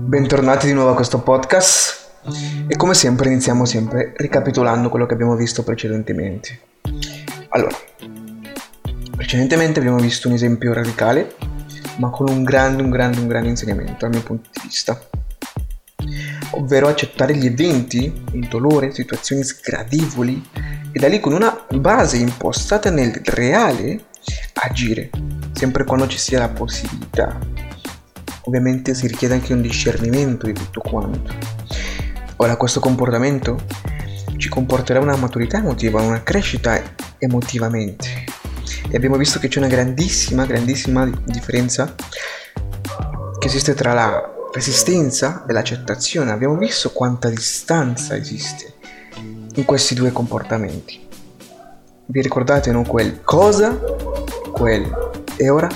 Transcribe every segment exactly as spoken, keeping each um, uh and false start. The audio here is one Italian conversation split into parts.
Bentornati di nuovo a questo podcast e come sempre iniziamo sempre ricapitolando quello che abbiamo visto precedentemente. Allora, precedentemente abbiamo visto un esempio radicale ma con un grande, un grande, un grande insegnamento dal mio punto di vista, ovvero accettare gli eventi, il dolore, situazioni sgradevoli e da lì con una base impostata nel reale agire, sempre quando ci sia la possibilità. Ovviamente si richiede anche un discernimento di tutto quanto. Ora, questo comportamento ci comporterà una maturità emotiva, una crescita emotivamente. E abbiamo visto che c'è una grandissima, grandissima differenza che esiste tra la resistenza e l'accettazione. Abbiamo visto quanta distanza esiste in questi due comportamenti. Vi ricordate, no? Quel cosa, quel e ora?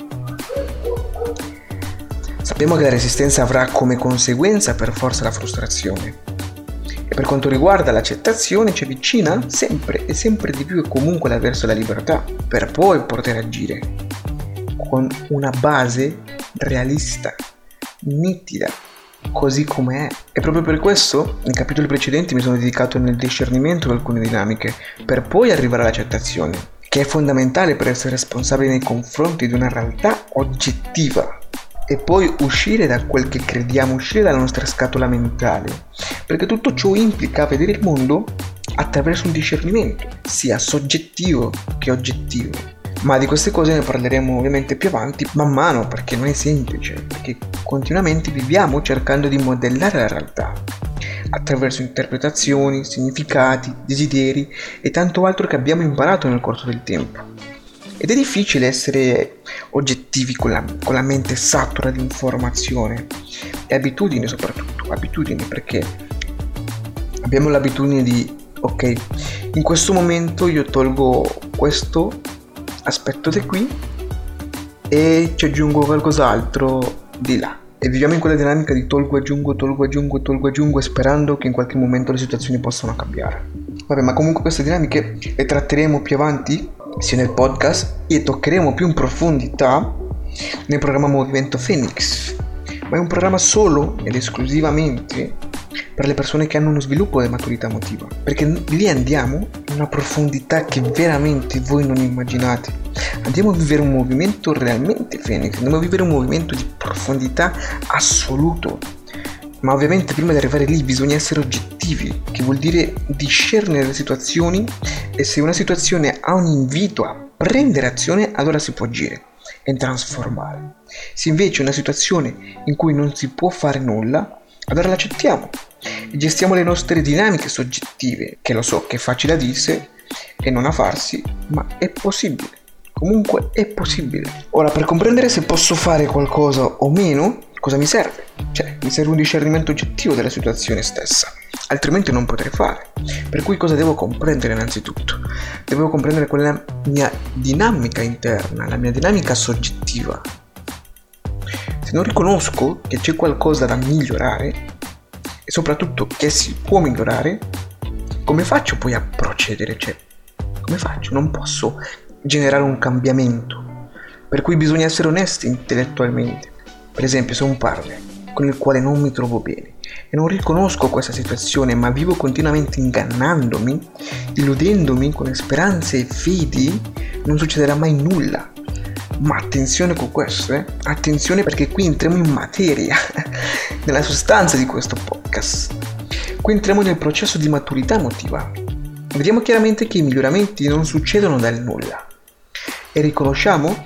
Sappiamo che la resistenza avrà come conseguenza per forza la frustrazione e per quanto riguarda l'accettazione ci avvicina sempre e sempre di più e comunque verso la libertà per poi poter agire con una base realista, nitida, così come è. E proprio per questo nei capitoli precedenti mi sono dedicato nel discernimento di alcune dinamiche per poi arrivare all'accettazione, che è fondamentale per essere responsabili nei confronti di una realtà oggettiva e poi uscire da quel che crediamo, uscire dalla nostra scatola mentale, perché tutto ciò implica vedere il mondo attraverso un discernimento sia soggettivo che oggettivo. Ma di queste cose ne parleremo ovviamente più avanti man mano, perché non è semplice, perché continuamente viviamo cercando di modellare la realtà attraverso interpretazioni, significati, desideri e tanto altro che abbiamo imparato nel corso del tempo. Ed è difficile essere oggettivi con la, con la mente satura di informazione e abitudini, soprattutto abitudini, perché abbiamo l'abitudine di ok, in questo momento io tolgo questo aspetto di qui e ci aggiungo qualcos'altro di là e viviamo in quella dinamica di tolgo, aggiungo, tolgo, aggiungo, tolgo, aggiungo sperando che in qualche momento le situazioni possano cambiare. Vabbè, ma comunque queste dinamiche le tratteremo più avanti sia nel podcast e toccheremo più in profondità nel programma Movimento Phoenix, ma è un programma solo ed esclusivamente per le persone che hanno uno sviluppo di maturità emotiva, perché lì andiamo in una profondità che veramente voi non immaginate. Andiamo a vivere un movimento realmente Phoenix, andiamo a vivere un movimento di profondità assoluto. Ma ovviamente prima di arrivare lì bisogna essere oggettivi, che vuol dire discernere le situazioni e se una situazione ha un invito a prendere azione, allora si può agire e trasformare. Se invece è una situazione in cui non si può fare nulla, allora l'accettiamo e gestiamo le nostre dinamiche soggettive, che lo so che è facile a dirsi e non a farsi, ma è possibile. Comunque è possibile. Ora, per comprendere se posso fare qualcosa o meno, cosa mi serve? Cioè, mi serve un discernimento oggettivo della situazione stessa, altrimenti non potrei fare. Per cui cosa devo comprendere innanzitutto? Devo comprendere quella mia dinamica interna, la mia dinamica soggettiva. Se non riconosco che c'è qualcosa da migliorare e soprattutto che si può migliorare, come faccio poi a procedere? Cioè, come faccio? Non posso generare un cambiamento, per cui bisogna essere onesti intellettualmente. Per esempio, se un partner con il quale non mi trovo bene e non riconosco questa situazione ma vivo continuamente ingannandomi, illudendomi con speranze e fedi, non succederà mai nulla. Ma attenzione con questo, eh? Attenzione, perché qui entriamo in materia, nella sostanza di questo podcast. Qui entriamo nel processo di maturità emotiva. Vediamo chiaramente che i miglioramenti non succedono dal nulla e riconosciamo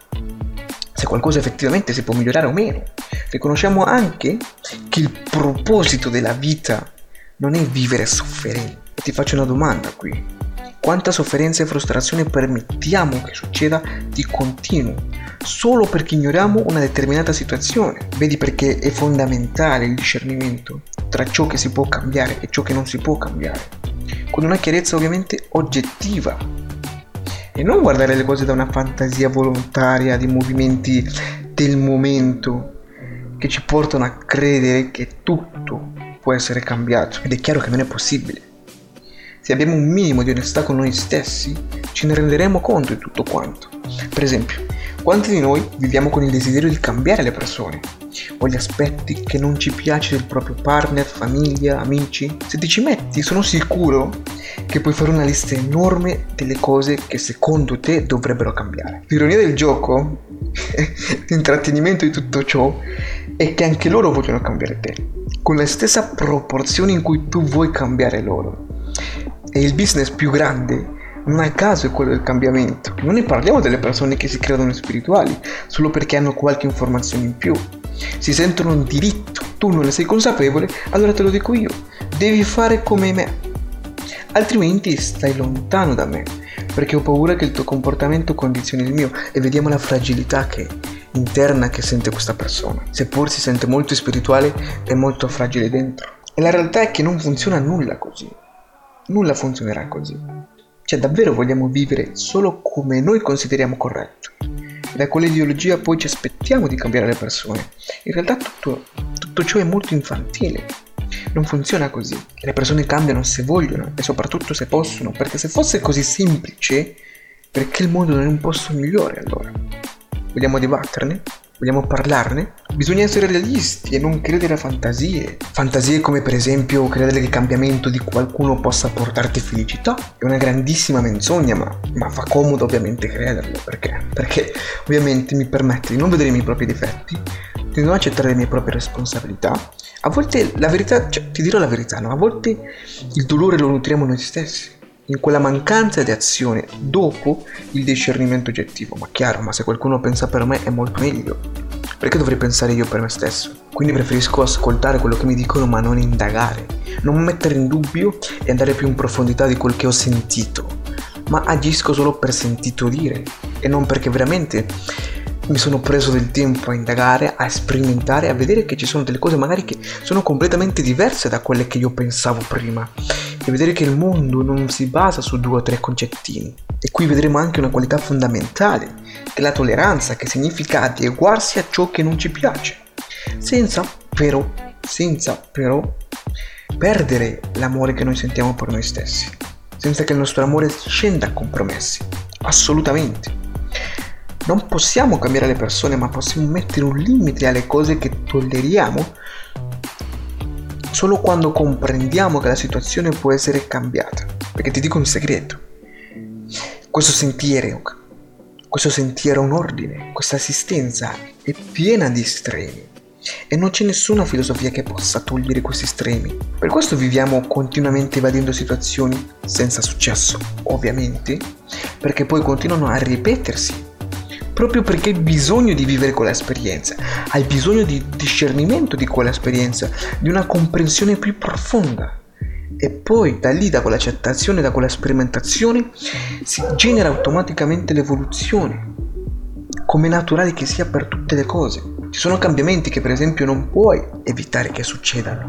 se qualcosa effettivamente si può migliorare o meno. Riconosciamo anche che il proposito della vita non è vivere sofferente. E ti faccio una domanda qui: quanta sofferenza e frustrazione permettiamo che succeda di continuo solo perché ignoriamo una determinata situazione? Vedi perché è fondamentale il discernimento tra ciò che si può cambiare e ciò che non si può cambiare, con una chiarezza ovviamente oggettiva, e non guardare le cose da una fantasia volontaria di movimenti del momento che ci portano a credere che tutto può essere cambiato, ed è chiaro che non è possibile. Se abbiamo un minimo di onestà con noi stessi, ce ne renderemo conto di tutto quanto. Per esempio, Quanti di noi viviamo con il desiderio di cambiare le persone o gli aspetti che non ci piace del proprio partner, famiglia, amici? Se ti ci metti, sono sicuro che puoi fare una lista enorme delle cose che secondo te dovrebbero cambiare. L'ironia del gioco, l'intrattenimento di tutto ciò, è che anche loro vogliono cambiare te, con la stessa proporzione in cui tu vuoi cambiare loro. E il business più grande, non a caso, è quello del cambiamento. Non ne parliamo delle persone che si credono spirituali solo perché hanno qualche informazione in più. Si sentono in diritto, tu non ne sei consapevole, allora te lo dico io, devi fare come me, altrimenti stai lontano da me, perché ho paura che il tuo comportamento condizioni il mio. E vediamo la fragilità che interna che sente questa persona, seppur si sente molto spirituale è molto fragile dentro. E la realtà è che non funziona nulla così, nulla funzionerà così. Cioè, davvero vogliamo vivere solo come noi consideriamo corretto? Da quell'ideologia poi ci aspettiamo di cambiare le persone. In realtà tutto, tutto ciò è molto infantile. Non funziona così. Le persone cambiano se vogliono e soprattutto se possono, perché se fosse così semplice, perché il mondo non è un posto migliore allora? Vogliamo dibatterne? Vogliamo parlarne? Bisogna essere realisti e non credere a fantasie. Fantasie come per esempio credere che il cambiamento di qualcuno possa portarti felicità. È una grandissima menzogna, ma, ma fa comodo ovviamente crederlo. Perché? Perché ovviamente mi permette di non vedere i miei propri difetti, di non accettare le mie proprie responsabilità. A volte la verità, cioè ti dirò la verità, no? A volte il dolore lo nutriamo noi stessi, in quella mancanza di azione dopo il discernimento oggettivo. Ma chiaro, ma se qualcuno pensa per me è molto meglio, perché dovrei pensare io per me stesso? Quindi preferisco ascoltare quello che mi dicono ma non indagare, non mettere in dubbio e andare più in profondità di quel che ho sentito, ma agisco solo per sentito dire e non perché veramente mi sono preso del tempo a indagare, a sperimentare, a vedere che ci sono delle cose magari che sono completamente diverse da quelle che io pensavo prima, e vedere che il mondo non si basa su due o tre concettini. E qui vedremo anche una qualità fondamentale, che è la tolleranza, che significa adeguarsi a ciò che non ci piace, senza però, senza però perdere l'amore che noi sentiamo per noi stessi, senza che il nostro amore scenda a compromessi, assolutamente. Non possiamo cambiare le persone, ma possiamo mettere un limite alle cose che tolleriamo solo quando comprendiamo che la situazione può essere cambiata. Perché ti dico un segreto: questo sentiero, questo sentiero ha un ordine, questa assistenza è piena di estremi e non c'è nessuna filosofia che possa togliere questi estremi. Per questo viviamo continuamente evadendo situazioni senza successo, ovviamente, perché poi continuano a ripetersi. Proprio perché hai bisogno di vivere quell'esperienza, hai bisogno di discernimento di quell'esperienza, di una comprensione più profonda. E poi da lì, da quell'accettazione, da quella sperimentazione, si genera automaticamente l'evoluzione, come naturale che sia per tutte le cose. Ci sono cambiamenti che per esempio non puoi evitare che succedano.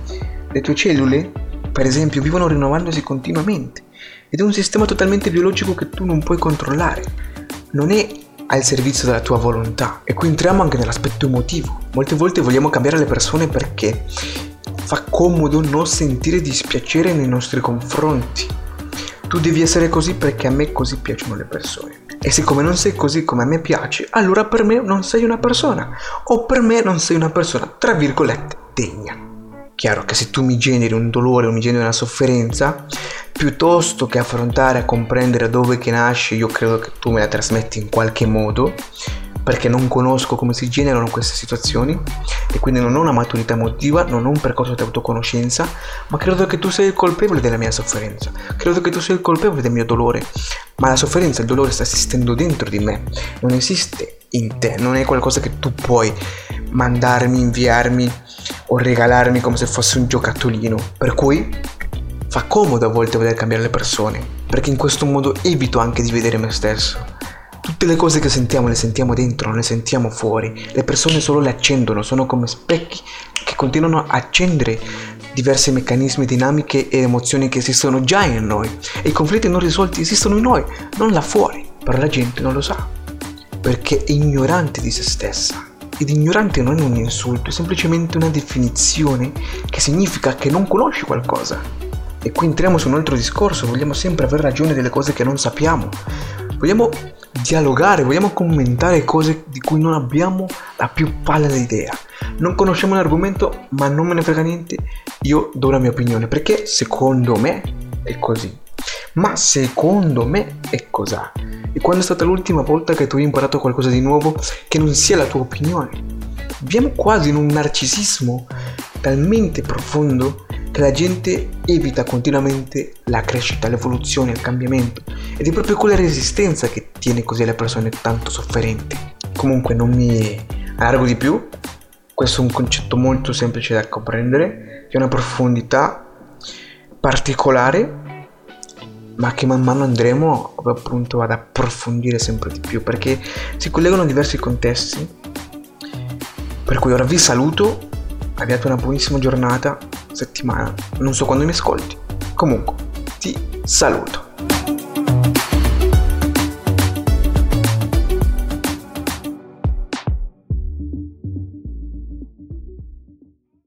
Le tue cellule, per esempio, vivono rinnovandosi continuamente ed è un sistema totalmente biologico che tu non puoi controllare. Non è al servizio della tua volontà. E qui entriamo anche nell'aspetto emotivo. Molte volte vogliamo cambiare le persone perché fa comodo non sentire dispiacere nei nostri confronti. Tu devi essere così perché a me così piacciono le persone, e siccome non sei così come a me piace, allora per me non sei una persona, o per me non sei una persona tra virgolette degna. Chiaro che se tu mi generi un dolore o mi generi una sofferenza, piuttosto che affrontare a comprendere dove che nasce, io credo che tu me la trasmetti in qualche modo, perché non conosco come si generano queste situazioni e quindi non ho una maturità emotiva, non ho un percorso di autoconoscenza, ma credo che tu sei il colpevole della mia sofferenza, credo che tu sei il colpevole del mio dolore, ma la sofferenza, il dolore sta esistendo dentro di me, non esiste in te, non è qualcosa che tu puoi mandarmi, inviarmi o regalarmi come se fosse un giocattolino. Per cui fa comodo a volte voler cambiare le persone, perché in questo modo evito anche di vedere me stesso. Tutte le cose che sentiamo le sentiamo dentro, non le sentiamo fuori. Le persone solo le accendono, sono come specchi che continuano a accendere diversi meccanismi, dinamiche e emozioni che esistono già in noi. E i conflitti non risolti esistono in noi, non là fuori. Però la gente non lo sa, perché è ignorante di se stessa. Ed ignorante non è un insulto, è semplicemente una definizione che significa che non conosci qualcosa. E qui entriamo su un altro discorso, vogliamo sempre aver ragione delle cose che non sappiamo. vogliamo dialogare, vogliamo commentare cose di cui non abbiamo la più pallida idea. Non conosciamo un argomento, ma non me ne frega niente, io do la mia opinione, perché secondo me è così. Ma secondo me è così. E quando è stata l'ultima volta che tu hai imparato qualcosa di nuovo che non sia la tua opinione? Viviamo quasi in un narcisismo talmente profondo che la gente evita continuamente la crescita, l'evoluzione, il cambiamento, ed è proprio quella resistenza che tiene così le persone tanto sofferenti. Comunque non mi allargo di più, questo è un concetto molto semplice da comprendere, che ha una profondità particolare, ma che man mano andremo appunto ad approfondire sempre di più, perché si collegano diversi contesti. Per cui ora vi saluto, abbiate una buonissima giornata, settimana, non so quando mi ascolti, comunque ti saluto.